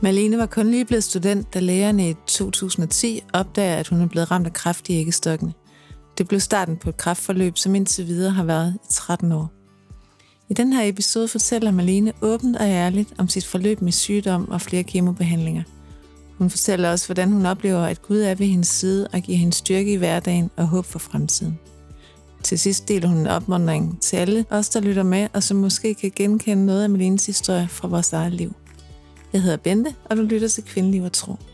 Malene var kun lige blevet student, da lægerne i 2010 opdager, at hun er blevet ramt af kræft i æggestokkene. Det blev starten på et kræftforløb, som indtil videre har været i 13 år. I den her episode fortæller Malene åbent og ærligt om sit forløb med sygdom og flere kemobehandlinger. Hun fortæller også, hvordan hun oplever, at Gud er ved hendes side og giver hende styrke i hverdagen og håb for fremtiden. Til sidst deler hun en opmuntring til alle os, der lytter med, og som måske kan genkende noget af Malenes historie fra vores eget liv. Jeg hedder Bente, og du lytter til Kvindeliv og Tro.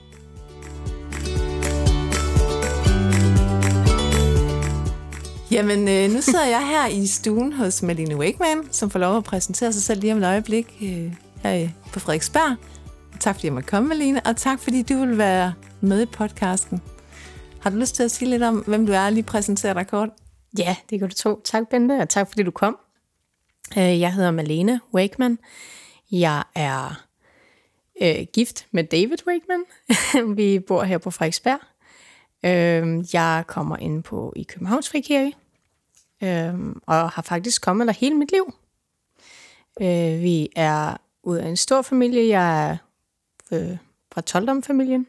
Jamen, nu sidder jeg her i stuen hos Malene Wakeman, som får lov at præsentere sig selv lige om et øjeblik her på Frederiksberg. Tak fordi jeg måtte komme, Malene, og tak fordi du vil være med i podcasten. Har du lyst til at sige lidt om, hvem du er, og lige præsentere dig kort? Ja, det kan du tro. Tak, Bente, og tak fordi du kom. Jeg hedder Malene Wakeman. Jeg er gift med David Wakeman. Vi bor her på Frederiksberg. Jeg kommer ind i Københavns Frikirke, og har faktisk kommet der hele mit liv. Vi er ud af en stor familie. Jeg er fra Toldom-familien.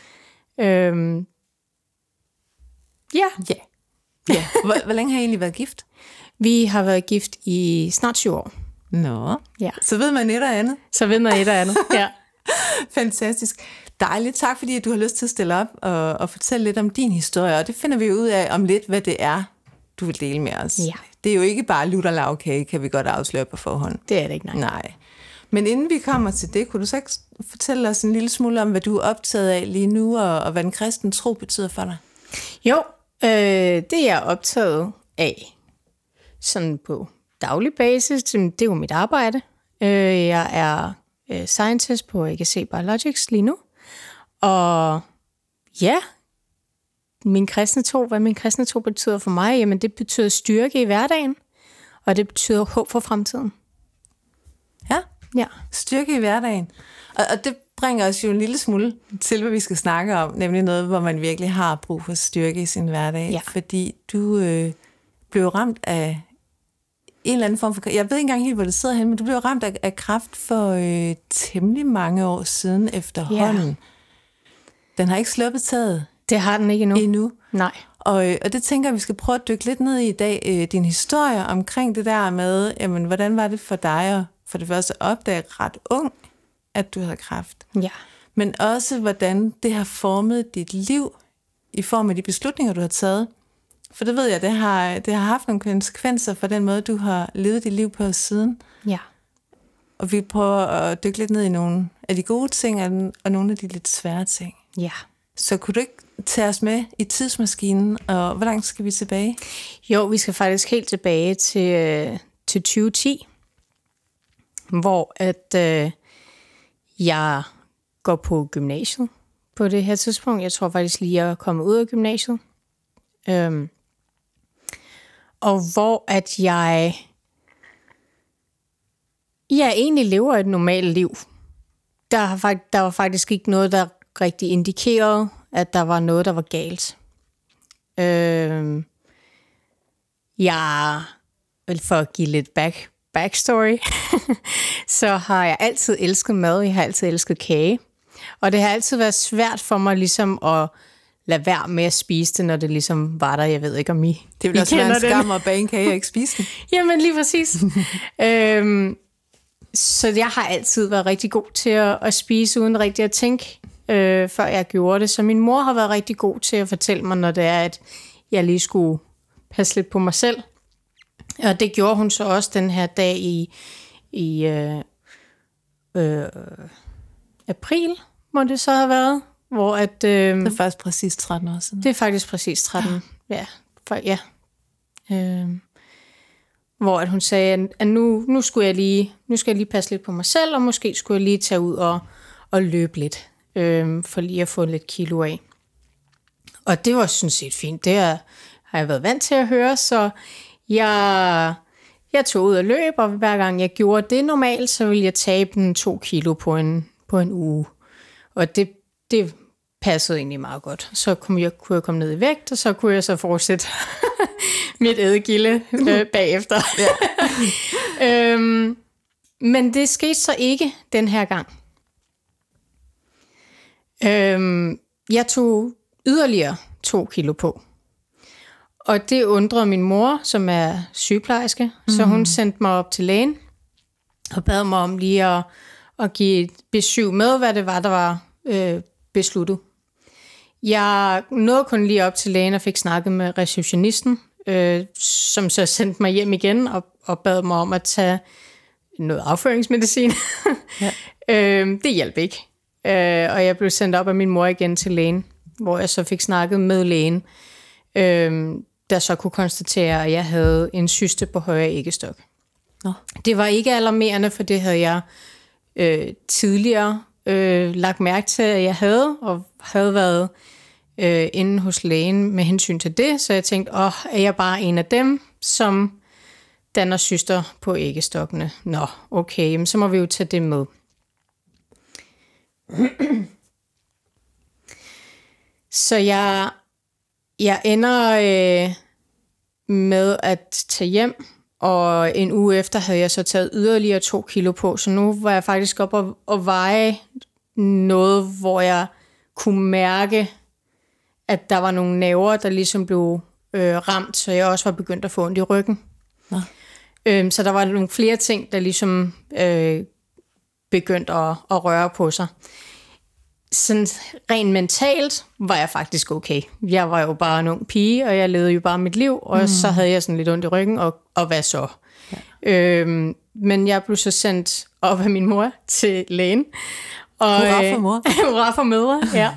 Ja. Hvor længe har I egentlig været gift? Vi har været gift i snart 7 år. Nå, ja. Så ved man et og andet. Ja. Fantastisk. Dejligt. Tak fordi du har lyst til at stille op og fortælle lidt om din historie. Og det finder vi ud af om lidt, hvad det er, du vil dele med os. Ja. Det er jo ikke bare lutter lavkage, kan vi godt afsløre på forhånd. Det er det ikke, nej. Men inden vi kommer til det, kunne du så ikke fortælle os en lille smule om, hvad du er optaget af lige nu, og hvad den kristne tro betyder for dig? Jo, det er jeg optaget af sådan på daglig basis. Det er jo mit arbejde. Jeg er scientist på AGC Biologics lige nu. Og ja, hvad min kristne tro betyder for mig, jamen det betyder styrke i hverdagen, og det betyder håb for fremtiden. Ja. Styrke i hverdagen. Og det bringer os jo en lille smule til, hvad vi skal snakke om, nemlig noget, hvor man virkelig har brug for styrke i sin hverdag. Ja. Fordi du blev ramt af en eller anden form for... Jeg ved ikke engang helt, hvor det sidder hen, men du blev ramt af kræft for temmelig mange år siden efterhånden. Ja. Den har ikke sluppet taget. Det har den ikke endnu. Nej. Og det tænker jeg, vi skal prøve at dykke lidt ned i dag. Din historie omkring det der med, jamen, hvordan var det for dig at for det første opdage ret ung, at du havde kræft. Ja. Men også, hvordan det har formet dit liv i form af de beslutninger, du har taget. For det ved jeg, det har haft nogle konsekvenser for den måde, du har levet dit liv på siden. Ja. Og vi prøver at dykke lidt ned i nogle af de gode ting, og nogle af de lidt svære ting. Ja. Så kunne du ikke tage os med i tidsmaskinen, og hvor langt skal vi tilbage? Jo, vi skal faktisk helt tilbage til 2010, hvor jeg går på gymnasiet på det her tidspunkt. Jeg tror faktisk lige, jeg er kommet ud af gymnasiet. Og hvor at jeg egentlig lever et normalt liv. Der var faktisk ikke noget, der rigtig indikerede, at der var noget, der var galt. Jeg vil for at give lidt backstory, så har jeg altid elsket mad, jeg har altid elsket kage. Og det har altid været svært for mig ligesom at lade være med at spise det, når det ligesom var der. Jeg ved ikke, om I det vil også være en skam at bage en kage og ikke spise den. Jamen lige præcis. Så jeg har altid været rigtig god til at spise, uden rigtig at tænke, før jeg gjorde det. Så min mor har været rigtig god til at fortælle mig, når det er, at jeg lige skulle passe lidt på mig selv. Og det gjorde hun så også den her dag i april, må det så have været. Hvor at, det er faktisk præcis 13 år siden. Det er faktisk præcis 13, ja. Hvor at hun sagde, at nu skal jeg lige passe lidt på mig selv, og måske skulle jeg lige tage ud og løbe lidt, for lige at få lidt kilo af. Og det var sådan set fint. Det har jeg været vant til at høre, så jeg tog ud og løb, og hver gang jeg gjorde det normalt, så ville jeg tabe den 2 kilo på en uge. Og det passede egentlig meget godt. Så kunne jeg komme ned i vægt, og så kunne jeg så fortsætte mit ædegilde bagefter. Men det skete så ikke den her gang. Jeg tog yderligere 2 kilo på. Og det undrede min mor, som er sygeplejerske, så hun sendte mig op til lægen og bad mig om lige at give et besøg med, hvad det var, der var besluttet. Jeg nåede kun lige op til lægen og fik snakket med receptionisten, som så sendte mig hjem igen og bad mig om at tage noget afføringsmedicin. Ja. Det hjalp ikke. Og jeg blev sendt op af min mor igen til lægen, hvor jeg så fik snakket med lægen, der så kunne konstatere, at jeg havde en cyste på højre æggestok. Nå. Det var ikke alarmerende, for det havde jeg tidligere lagt mærke til, at jeg havde, og havde været inde hos lægen med hensyn til det, så jeg tænkte, er jeg bare en af dem, som danner cyster på æggestokkene? Nå, okay, jamen, så må vi jo tage det med. Så jeg ender med at tage hjem, og en uge efter havde jeg så taget yderligere 2 kilo på, så nu var jeg faktisk op og veje noget, hvor jeg kunne mærke, at der var nogle nerver, der ligesom blev ramt, så jeg også var begyndt at få ondt i ryggen. Ja. Så der var nogle flere ting, der ligesom begyndte at røre på sig. Sådan rent mentalt var jeg faktisk okay. Jeg var jo bare en ung pige, og jeg levede jo bare mit liv, og så havde jeg sådan lidt ondt i ryggen, og hvad så? Ja. Men jeg blev så sendt op af min mor til lægen. Hurra for mor. Hurra for mødre, ja.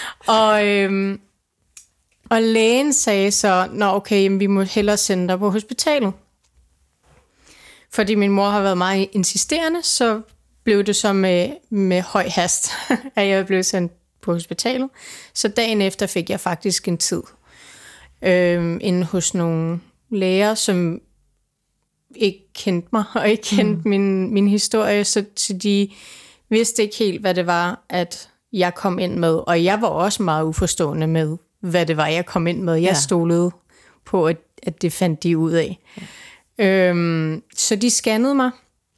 Og lægen sagde så, okay, vi må hellere sende dig på hospitalet. Fordi min mor har været meget insisterende, så blev det så med høj hast, at jeg blev sendt på hospitalet. Så dagen efter fik jeg faktisk en tid inde hos nogle læger, som ikke kendte mig, og ikke kendte min historie, så de vidste ikke helt, hvad det var, at jeg kom ind med. Og jeg var også meget uforstående med, hvad det var, jeg kom ind med. Jeg stolede på, at det fandt de ud af. Ja. Så de scannede mig,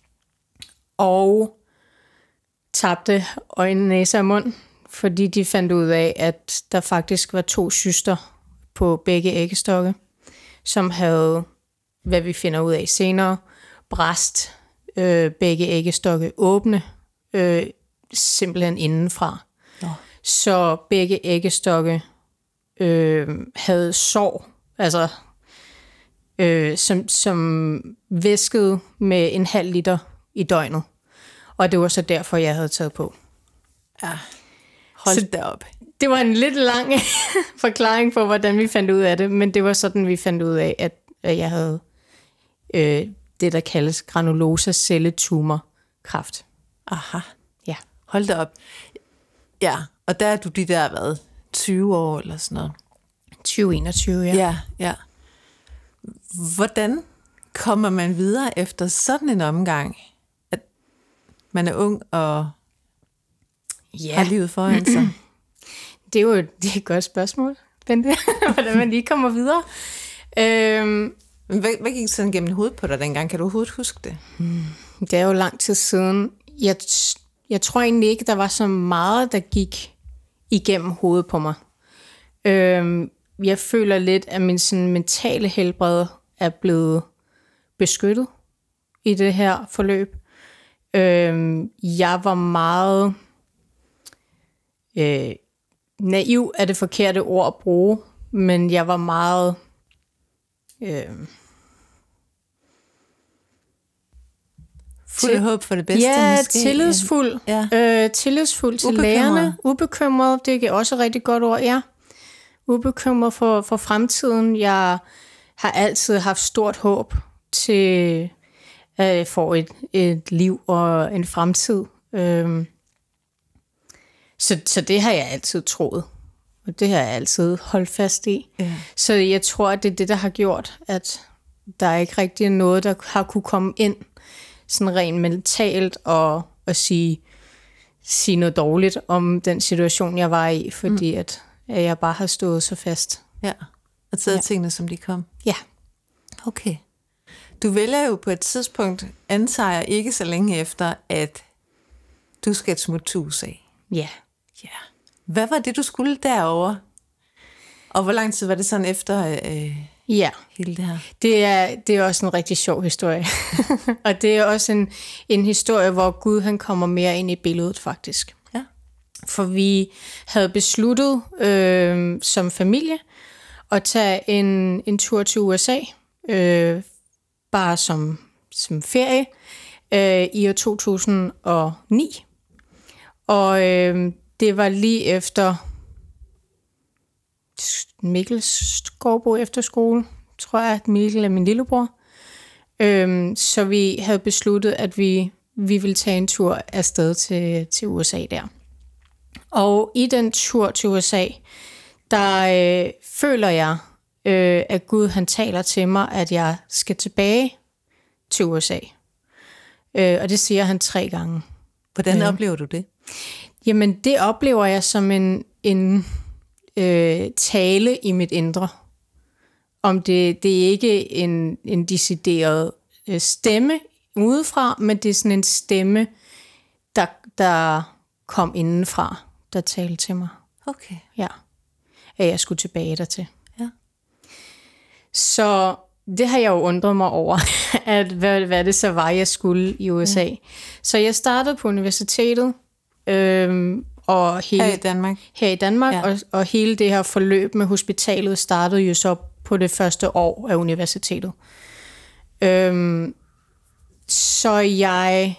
og tabte øjne, næse og mund, fordi de fandt ud af, at der faktisk var 2 cyster på begge æggestokke, som havde, hvad vi finder ud af senere, bræst begge æggestokke åbne, simpelthen indenfra. Ja. Så begge æggestokke havde sår, altså som væskede med 0,5 liter i døgnet. Og det var så derfor, jeg havde taget på. Ja, hold da op. Det var en lidt lang forklaring på, hvordan vi fandt ud af det, men det var sådan, vi fandt ud af, at jeg havde det, der kaldes granulosa-celletumorkræft. Aha. Ja. Hold da op. Ja, og der er du de der, hvad, 20 år eller sådan noget? 2021, ja. Ja. Hvordan kommer man videre efter sådan en omgang? At man er ung og har livet foran sig? Det er et godt spørgsmål, Bente. Hvordan man lige kommer videre. Hvad gik sådan gennem hovedet på dig dengang? Kan du overhovedet huske det? Det er jo lang tid siden. Jeg tror egentlig ikke, der var så meget, der gik igennem hovedet på mig. Jeg føler lidt, at min sådan mentale helbred er blevet beskyttet i det her forløb. Jeg var meget naiv, er det forkerte ord at bruge, men jeg var meget fuld af håb for det bedste, måske. Tillidsfuld. Ja. Tillidsfuld til lærerne. Ubekymret, det er også et rigtig godt ord, ja. Ubekymret for fremtiden. Jeg har altid haft stort håb til at få et liv og en fremtid. Så det har jeg altid troet. Og det har jeg altid holdt fast i. Ja. Så jeg tror, at det er det, der har gjort, at der er ikke rigtig noget, der har kunne komme ind sådan rent mentalt og sige noget dårligt om den situation, jeg var i, fordi at jeg bare har stået så fast. Ja, og taget tingene, som de kom. Ja. Okay. Du vælger jo på et tidspunkt, antager jeg ikke så længe efter, at du skal et smut til USA. Ja. Ja. Hvad var det, du skulle derovre? Og hvor lang tid var det sådan efter hele det her? Det er også en rigtig sjov historie. Og det er også en historie, hvor Gud han kommer mere ind i billedet faktisk. Ja. For vi havde besluttet som familie at tage en tur til USA, bare som ferie, i år 2009. Og det var lige efter Mikkels Skovbo efterskole, tror jeg, at Mikkel er min lillebror. Så vi havde besluttet, at vi ville tage en tur afsted til USA der. Og i den tur til USA, der føler jeg, at Gud han taler til mig, at jeg skal tilbage til USA. Og det siger han 3 gange. Hvordan oplever du det? Jamen, det oplever jeg som en tale i mit indre. Om det er ikke en decideret stemme udefra, men det er sådan en stemme, der kom indenfra, der talte til mig. Okay. Ja, at jeg skulle tilbage dertil. Ja. Så det har jeg jo undret mig over, at hvad det så var, jeg hele i USA. Så jeg startede på universitetet, og her i Danmark, ja. og hele det her forløb med hospitalet startede jo så på det første år af universitetet. Så jeg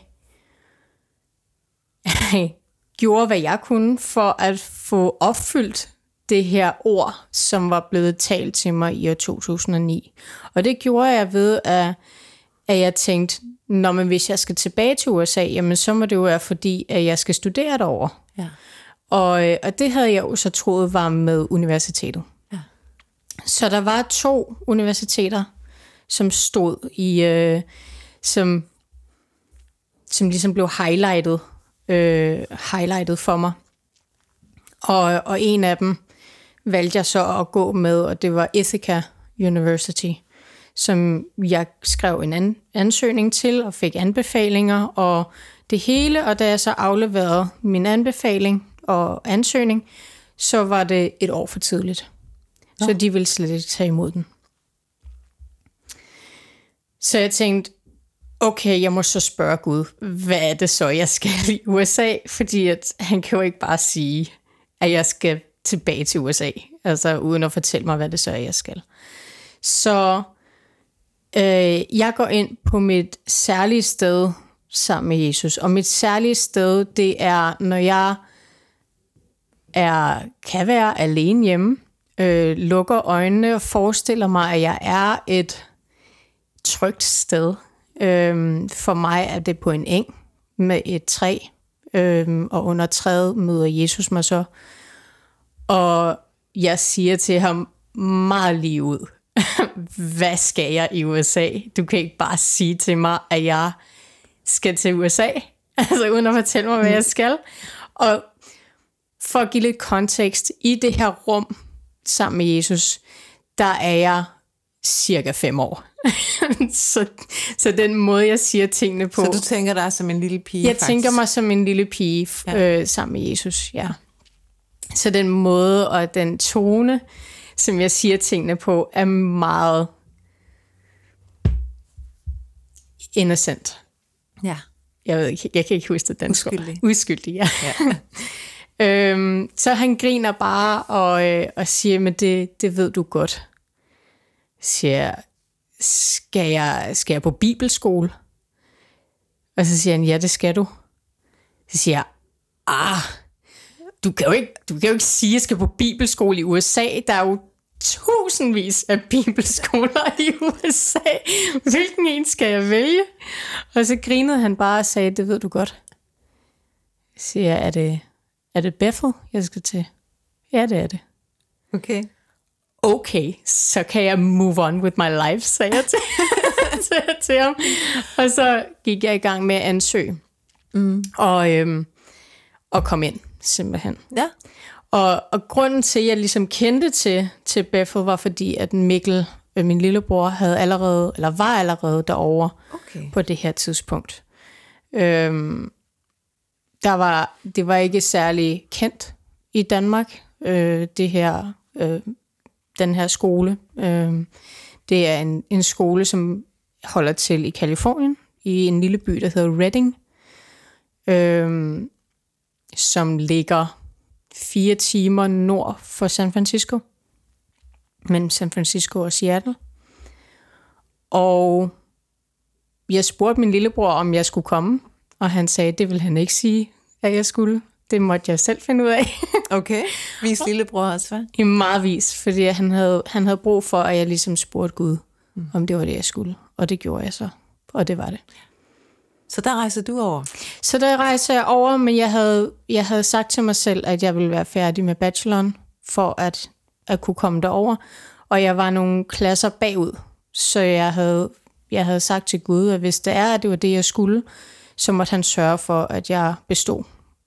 gjorde, hvad jeg kunne for at få opfyldt det her ord, som var blevet talt til mig i år 2009. Og det gjorde jeg ved, at jeg tænkte, men hvis jeg skal tilbage til USA, jamen så må det jo være fordi, at jeg skal studere derovre. Ja. Og det havde jeg jo så troet var med universitetet. Ja. Så der var 2 universiteter, som stod i, som ligesom blev highlightet for mig. Og en af dem valgte jeg så at gå med, og det var Ithaca University, som jeg skrev en ansøgning til og fik anbefalinger og det hele. Og da jeg så afleverede min anbefaling og ansøgning, så var det 1 år for tidligt. Ja. Så de ville slet ikke tage imod den. Så jeg tænkte, okay, jeg må så spørge Gud, hvad er det så, jeg skal i USA? Fordi at han kan jo ikke bare sige, at jeg skal tilbage til USA, altså uden at fortælle mig, hvad det så er, jeg skal. Så jeg går ind på mit særlige sted sammen med Jesus, og mit særlige sted, det er, når jeg kan være alene hjemme, lukker øjnene og forestiller mig, at jeg er et trygt sted. For mig er det på en eng med et træ, og under træet møder Jesus mig så. Og jeg siger til ham meget lige ud, hvad skal jeg i USA? Du kan ikke bare sige til mig, at jeg skal til USA, altså uden at fortælle mig, hvad jeg skal. Og for at give lidt kontekst, i det her rum sammen med Jesus, der er jeg cirka 5 år. så den måde, jeg siger tingene på... Så du tænker dig som en lille pige, Jeg tænker mig som en lille pige sammen med Jesus, ja. Så den måde og den tone, som jeg siger tingene på, er meget innocent. Ja. Jeg ved ikke, jeg kan ikke huske det dansk. Uskyldig, ja. Så han griner bare og siger, men det ved du godt. Siger, skal jeg på bibelskole? Og så siger han, ja, det skal du. Så siger jeg, du kan jo ikke sige, at jeg skal på bibelskole i USA. Der er jo tusindvis af bibelskoler i USA. Hvilken en skal jeg vælge? Og så grinede han bare og sagde, det ved du godt. Så siger jeg, er det Bethel, jeg skal til? Ja, det er det. Okay, så kan jeg move on with my life, sagde jeg til ham. Og så gik jeg i gang med at ansøge. Og kom ind, simpelthen. Ja. Og grunden til, at jeg ligesom kendte til Bethel, var fordi, at Mikkel, min lillebror, var allerede derovre på det her tidspunkt. Det var ikke særlig kendt i Danmark, den her skole. Det er en skole, som holder til i Californien, i en lille by, der hedder Redding, som ligger 4 timer nord for San Francisco, mellem San Francisco og Seattle. Og jeg spurgte min lillebror, om jeg skulle komme, og han sagde, det ville han ikke sige, at jeg skulle. Det måtte jeg selv finde ud af. Okay, vis lillebror også, hva'? I meget vis, fordi han havde brug for, at jeg ligesom spurgte Gud, om det var det, jeg skulle. Og det gjorde jeg så, og det var det. Så der rejser du over? Så der rejser jeg over, men jeg havde sagt til mig selv, at jeg ville være færdig med bacheloren, for at kunne komme derover. Og jeg var nogle klasser bagud, så jeg havde sagt til Gud, at hvis det er, at det var det, jeg skulle, så måtte han sørge for, at jeg bestod.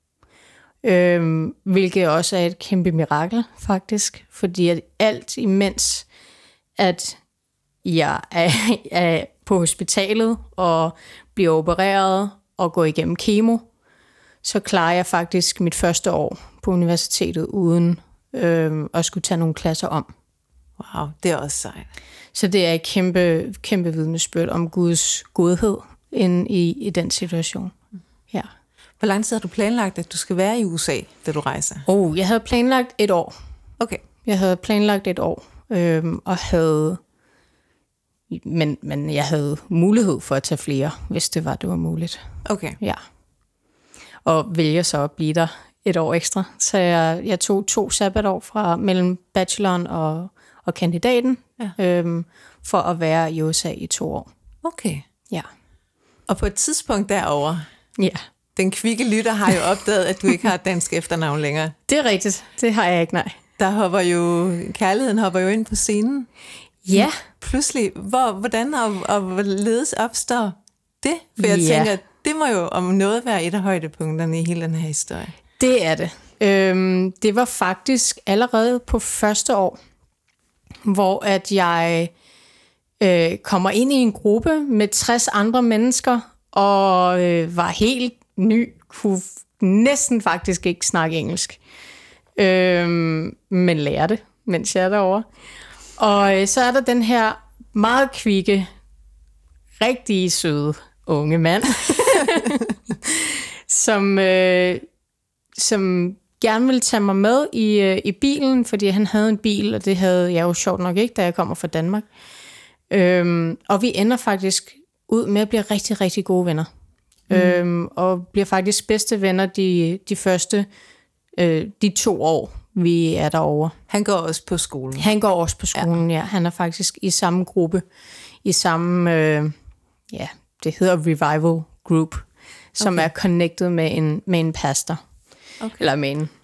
Hvilket også er et kæmpe mirakel, faktisk. Fordi at alt imens, at jeg er på hospitalet og bliver opereret og går igennem kemo, så klarer jeg faktisk mit første år på universitetet uden at skulle tage nogle klasser om. Wow, det er også sejt. Så det er et kæmpe, kæmpe vidnesbyrd om Guds godhed inde i den situation. Ja. Hvor lang tid har du planlagt, at du skal være i USA, da du rejser? Jeg havde planlagt 1 år. Okay. Jeg havde planlagt 1 år, og havde... Men jeg havde mulighed for at tage flere, hvis det var muligt. Okay. Ja. Og vælger så at blive der 1 år ekstra. Så jeg tog 2 sabbatår fra mellem bacheloren og kandidaten, for at være i USA i 2 år. Okay. Ja. Og på et tidspunkt derover, ja. Den kvikke lytter har jo opdaget, at du ikke har et dansk efternavn længere. Det er rigtigt. Det har jeg ikke, nej. Kærligheden hopper jo ind på scenen. Ja. Pludselig, hvordan og hvorledes opstår det? For jeg tænker, at det må jo om noget være et af højdepunkterne i hele den her historie. Det er det. Det var faktisk allerede på første år, hvor at jeg kommer ind i en gruppe med 60 andre mennesker, og var helt ny, kunne næsten faktisk ikke snakke engelsk. Men lærte, mens jeg er derovre. Og så er der den her meget kvikke, rigtig søde unge mand, som gerne ville tage mig med i bilen, fordi han havde en bil, og det havde jeg jo sjovt nok ikke, da jeg kommer fra Danmark. Og vi ender faktisk ud med at blive rigtig, rigtig gode venner. Og bliver faktisk bedste venner de første de 2 år, vi er derovre. Han går også på skolen? Han går også på skolen, ja. Han er faktisk i samme gruppe, i samme, det hedder Revival Group, som er connected med en pastor. Okay. Eller med en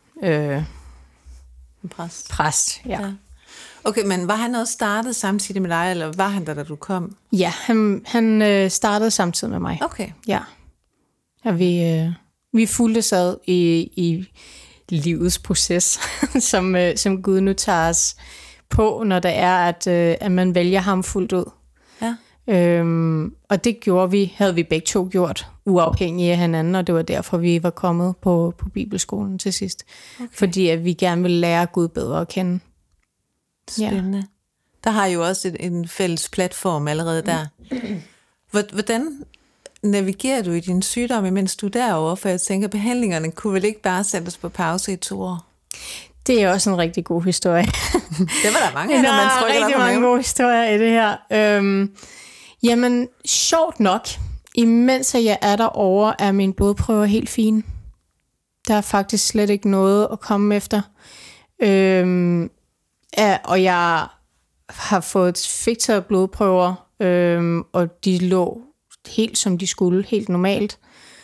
præst. Præst, ja. Okay, men var han også startet samtidig med dig, eller var han der, da du kom? Ja, han startede samtidig med mig. Okay. Ja. Og vi fulgtes ad i livets proces, som Gud nu tager os på, når det er, at man vælger ham fuldt ud. Ja. Og det havde vi begge to gjort, uafhængige af hinanden, og det var derfor, vi var kommet på bibelskolen til sidst. Okay. Fordi at vi gerne ville lære Gud bedre at kende. Spændende. Ja. Der har jo også en fælles platform allerede der. Hvordan navigerer du i din sygdom, mens du er derovre? For jeg tænker, behandlingerne kunne vel ikke bare sættes på pause i 2 år? Det er også en rigtig god historie. Det var der mange af, når man trykker rigtig mange gode historier i det her. Jamen, sjovt nok, imens jeg er derovre, er mine blodprøver helt fine. Der er faktisk slet ikke noget at komme efter. Og jeg har fik taget blodprøver, og de lå helt som de skulle, helt normalt.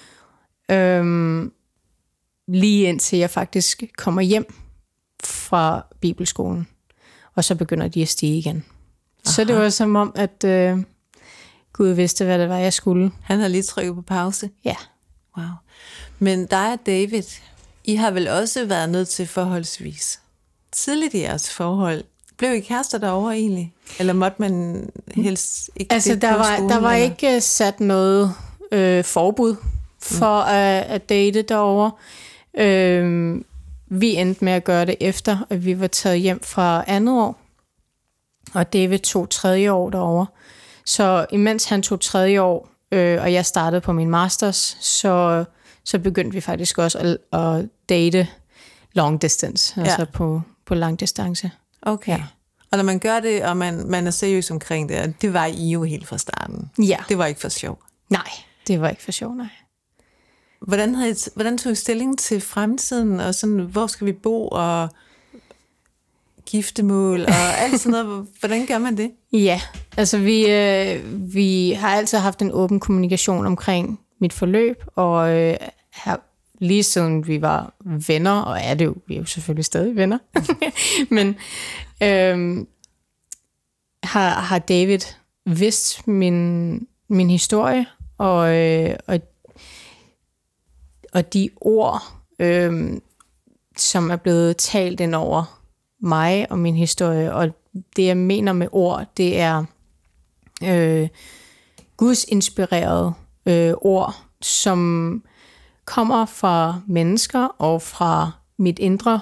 Lige indtil jeg faktisk kommer hjem fra bibelskolen, og så begynder de at stige igen. Aha. Så det var som om, at Gud vidste, hvad det var, jeg skulle. Han har lige trykket på pause? Ja. Wow. Men dig og David, I har vel også været nødt til forholdsvis tidligt i jeres forhold. Blev I kærester derovre egentlig? Eller måtte man helst ikke? Altså, der var ikke sat noget forbud for at date derovre. vi endte med at gøre det efter, at vi var taget hjem fra andet år, og David tog 3. år derovre. Så imens han tog 3. år, og jeg startede på min masters, så begyndte vi faktisk også at date long distance, altså på lang distance. Okay. Ja. Og når man gør det, og man er seriøs omkring det, det var I jo helt fra starten. Ja. Det var ikke for sjov. Nej, det var ikke for sjov, nej. Hvordan tog I stilling til fremtiden, og sådan, hvor skal vi bo, og giftemål, og alt sådan noget? Hvordan gør man det? Ja, altså vi har altid haft en åben kommunikation omkring mit forløb, og lige siden vi var venner, og vi er jo selvfølgelig stadig venner, men har David vidst min historie, og de ord, som er blevet talt ind over mig og min historie, og det jeg mener med ord, det er Guds inspirerede ord, som kommer fra mennesker og fra mit indre,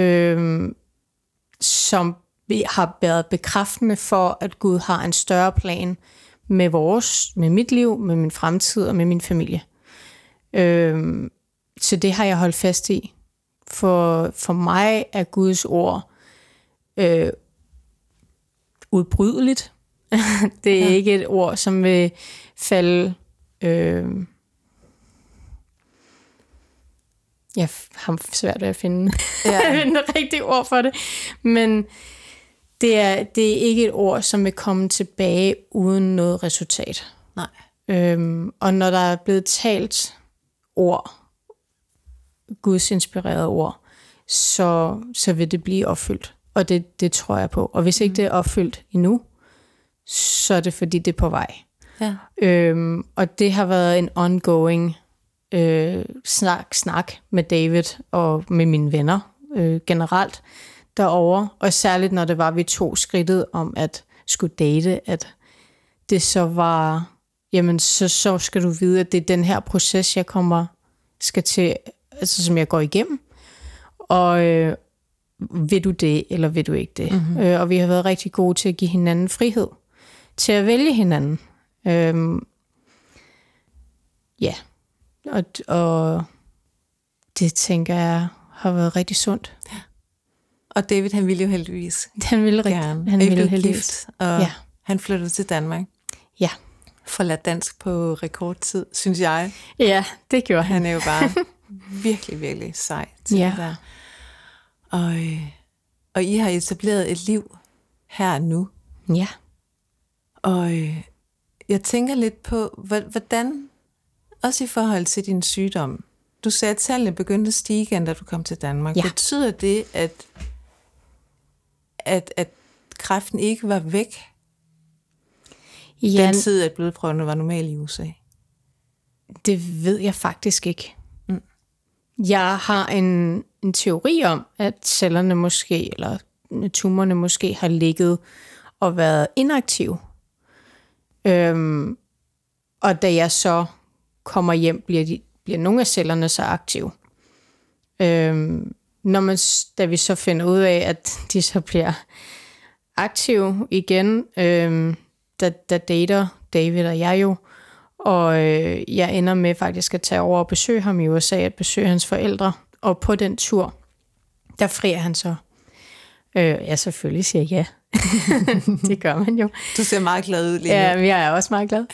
som har været bekræftende for, at Gud har en større plan med mit liv, med min fremtid og med min familie. Så det har jeg holdt fast i. For mig er Guds ord udbrydeligt. Det er ikke et ord, som vil falde... Jeg har svært ved at finde det rigtige ord for det. Men det er ikke et ord, som vil komme tilbage uden noget resultat. Nej. Og når der er blevet talt ord, Guds inspirerede ord, så vil det blive opfyldt. Og det tror jeg på. Og hvis ikke det er opfyldt endnu, så er det fordi, det er på vej. Ja. Og det har været en ongoing snak med David og med mine venner generelt derovre. Og særligt når det var, vi tog skridtet om at skulle date, at det så var, jamen så skal du vide, at det er den her proces, jeg skal til, altså som jeg går igennem. Og vil du det, eller vil du ikke det? Mm-hmm. Og vi har været rigtig gode til at give hinanden frihed, til at vælge hinanden. Ja, og det tænker jeg har været rigtig sundt. Ja. Og David, han ville jo heldigvis. Han ville gerne. Han ville heldigvis. Gift, og han flyttede til Danmark. Ja. Forladt dansk på rekordtid, synes jeg. Ja, det gjorde han. Han er jo bare virkelig, virkelig sej til det der. Og I har etableret et liv her nu. Ja. Og jeg tænker lidt på, hvordan, også i forhold til din sygdom, du sagde, at tallene begyndte at stige igen, da du kom til Danmark. Ja. Betyder det, at kræften ikke var væk, den tid, at blodprøverne var normale i USA? Det ved jeg faktisk ikke. Jeg har en teori om, at cellerne måske, eller tumorerne måske har ligget og været inaktive. Og da jeg så kommer hjem, bliver nogle af cellerne så aktive. Da vi så finder ud af, at de så bliver aktive igen, der dater David og jeg jo, og jeg ender med faktisk at tage over og besøge ham i USA, at besøge hans forældre, og på den tur, der frier han så. Jeg selvfølgelig siger ja. Det gør man jo. Du ser meget glad ud lige nu. Ja, jeg er også meget glad.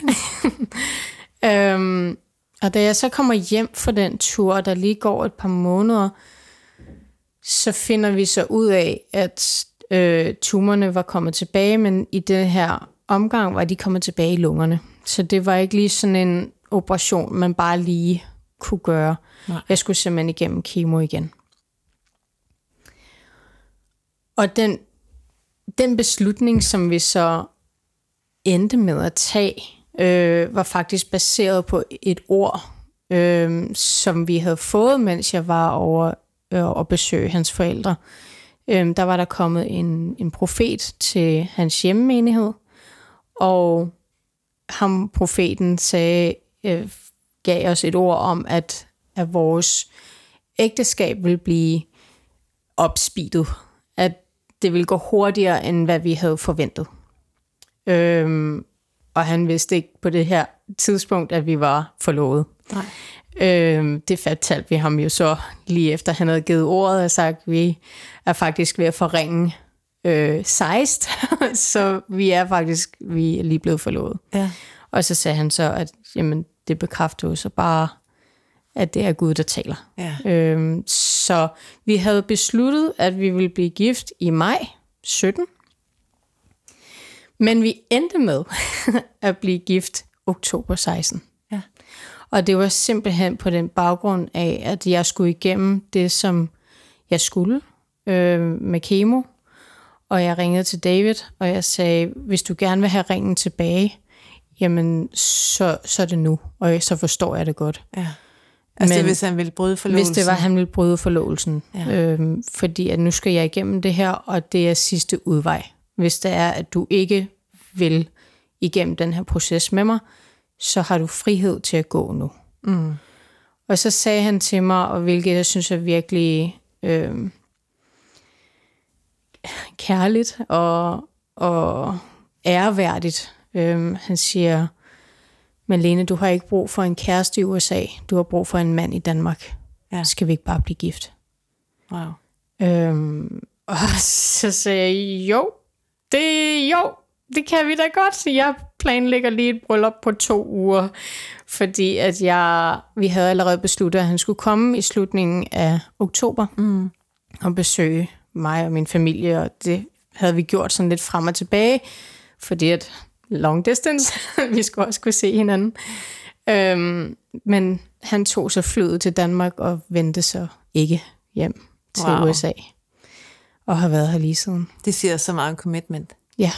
Og da jeg så kommer hjem fra den tur, og der lige går et par måneder, så finder vi så ud af, at tumorerne var kommet tilbage, men i den her omgang var de kommet tilbage i lungerne. Så det var ikke lige sådan en operation, man bare lige kunne gøre. Nej. Jeg skulle simpelthen igennem kemo igen. Og den beslutning, som vi så endte med at tage, var faktisk baseret på et ord, som vi havde fået, mens jeg var over og besøge hans forældre. Der var der kommet en profet til hans hjemmenighed, og profeten gav os et ord om, at vores ægteskab vil blive opspeedet, at det ville gå hurtigere, end hvad vi havde forventet. Og han vidste ikke på det her tidspunkt, at vi var forlovet. Nej. Det fortalte vi ham jo så lige efter, han havde givet ordet og sagt, at vi er faktisk ved at forringe 16, så vi er lige blevet forlovet. Ja. Og så sagde han så, at jamen, det bekræfter jo så bare, at det er Gud, der taler. Ja. Så vi havde besluttet, at vi ville blive gift i maj 17. Men vi endte med at blive gift oktober 16. Ja. Og det var simpelthen på den baggrund af, at jeg skulle igennem det, som jeg skulle med kemo. Og jeg ringede til David, og jeg sagde, hvis du gerne vil have ringen tilbage, jamen så er det nu. Og så forstår jeg det godt. Ja. Altså Men hvis han ville bryde forlovelsen? Hvis det var, han ville bryde forlovelsen. Ja. Fordi at nu skal jeg igennem det her, og det er sidste udvej. Hvis det er, at du ikke vil igennem den her proces med mig, så har du frihed til at gå nu. Mm. Og så sagde han til mig, og hvilket jeg synes er virkelig kærligt og æreværdigt. Han siger, Malene, du har ikke brug for en kæreste i USA. Du har brug for en mand i Danmark. Ja. Skal vi ikke bare blive gift? Wow. Og så sagde jeg, jo, det kan vi da godt. Jeg planlægger lige et bryllup på 2 uger, fordi at vi havde allerede besluttet, at han skulle komme i slutningen af oktober og besøge mig og min familie, og det havde vi gjort sådan lidt frem og tilbage, fordi at long distance, vi skulle også kunne se hinanden. Men han tog så flyet til Danmark og vendte så ikke hjem til USA, og har været her lige siden. Det siger så meget commitment. Ja.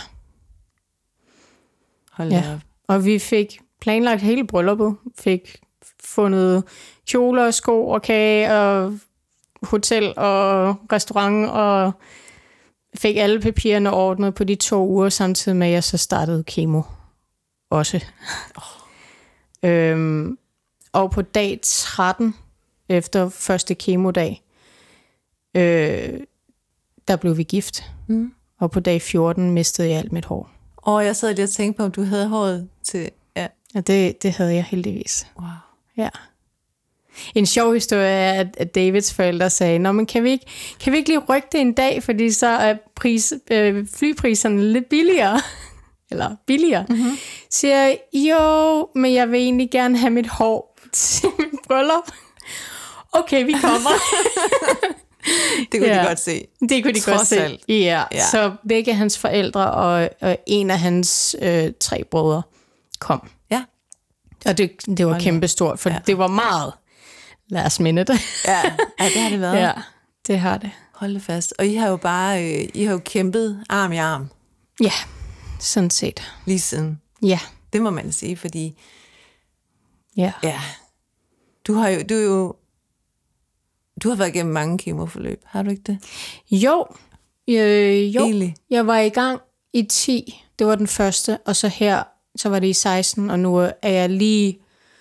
Hold da op. Og vi fik planlagt hele brylluppet, fik fundet kjoler, sko og kage og hotel og restaurant, og fik alle papirerne ordnet på de 2 uger, samtidig med at jeg så startede kemo også. Og på dag 13, efter første kemodag, der blev vi gift. Og på dag 14 mistede jeg alt mit hår. Og jeg sad lige og tænkte på, om du havde håret til... Ja, Ja, det havde jeg heldigvis. wow. Ja. En sjov historie er, at Davids forældre sagde, nå, men kan vi ikke lige rykke det en dag, fordi så er flypriserne lidt billigere. Eller billigere. Mm-hmm. Siger jeg, jo, men jeg vil egentlig gerne have mit hår til mit bryllup. Okay, vi kommer. Det kunne de godt se. Det kunne de godt se. Alt. Ja. Så begge hans forældre og en af hans 3 brødre kom. Ja. Og det var kæmpestort, for det var meget last minute. Ja, det har det været. Ja, det har det. Hold det fast. Og I har jo kæmpet arm i arm. Ja, sådan set. Lige siden. Ja. Det må man sige, fordi... Ja. Du har været igennem mange kemoforløb, har du ikke det? Jo. Egentlig. Jeg var i gang i 10. Det var den første, og så var det i 16, og nu er jeg lige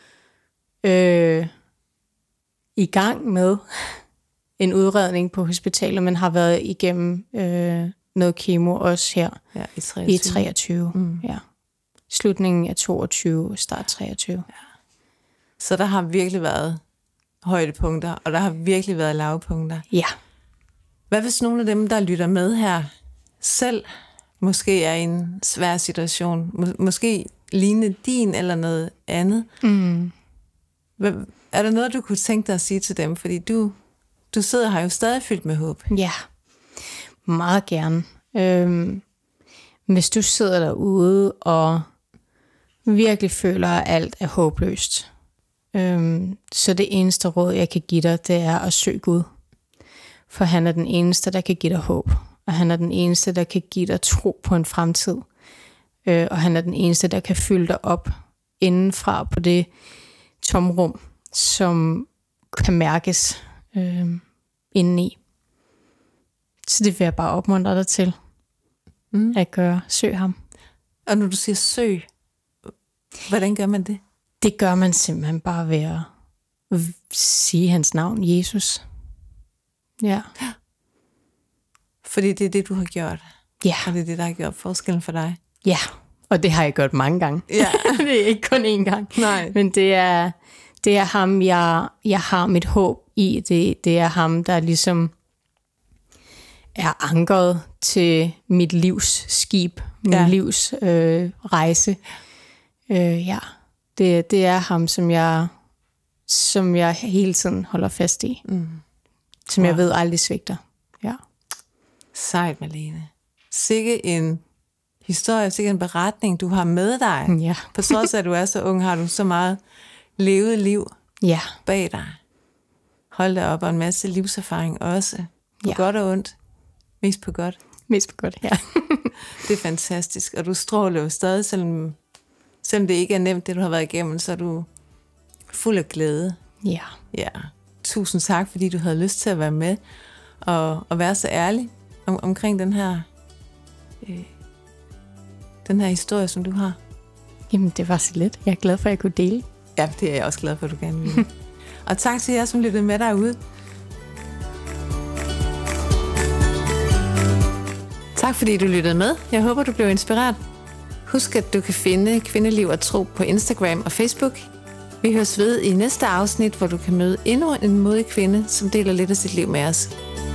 i gang med en udredning på hospitalet, men har været igennem noget kemo også her i 23. Ja. Slutningen af 22, start 23. Ja. Så der har virkelig været højdepunkter, og der har virkelig været lavpunkter. Ja. Hvad hvis nogle af dem, der lytter med her, selv måske er i en svær situation, måske lignende din eller noget andet? Er der noget, du kunne tænke dig at sige til dem? Fordi du sidder her jo stadig fyldt med håb. Ja, meget gerne. Hvis du sidder derude og virkelig føler, at alt er håbløst, så det eneste råd, jeg kan give dig, det er at søge Gud. For han er den eneste, der kan give dig håb. Og han er den eneste, der kan give dig tro på en fremtid. Og han er den eneste, der kan fylde dig op indenfra på det tomrum, som kan mærkes indeni. Så det vil jeg bare opmuntre dig til at gøre. Søg ham. Og når du siger søg, hvordan gør man det? Det gør man simpelthen bare ved at sige hans navn, Jesus. Ja. Fordi det er det, du har gjort. Ja. Og det er det, der har gjort forskellen for dig. Ja, og det har jeg gjort mange gange. Ja. Det er ikke kun én gang. Nej. Men det er ham, jeg har mit håb i. Det er ham, der ligesom er ankeret til mit livs skib, min livs rejse. Ja, det er ham, som jeg hele tiden holder fast i. Som jeg ved aldrig svigter. Ja. Sejt, Malene. Sikke en historie, sikke en beretning, du har med dig. Ja. På trods af, at du er så ung, har du så meget levet liv bag dig. Hold da op, og en masse livserfaring også. På godt og ondt. Mest på godt. Mest på godt, ja. Det er fantastisk, og du stråler jo stadig, selvom det ikke er nemt, det du har været igennem, så er du fuld af glæde. Ja. Ja. Tusind tak, fordi du havde lyst til at være med og være så ærlig omkring den her historie, som du har. Jamen, det var så lidt. Jeg er glad for, at jeg kunne dele. Ja, det er jeg også glad for, at du gerne vil. Og tak til jer, som lyttede med derude. Tak fordi du lyttede med. Jeg håber, du blev inspireret. Husk, at du kan finde Kvindeliv og Tro på Instagram og Facebook. Vi høres ved i næste afsnit, hvor du kan møde endnu en modig kvinde, som deler lidt af sit liv med os.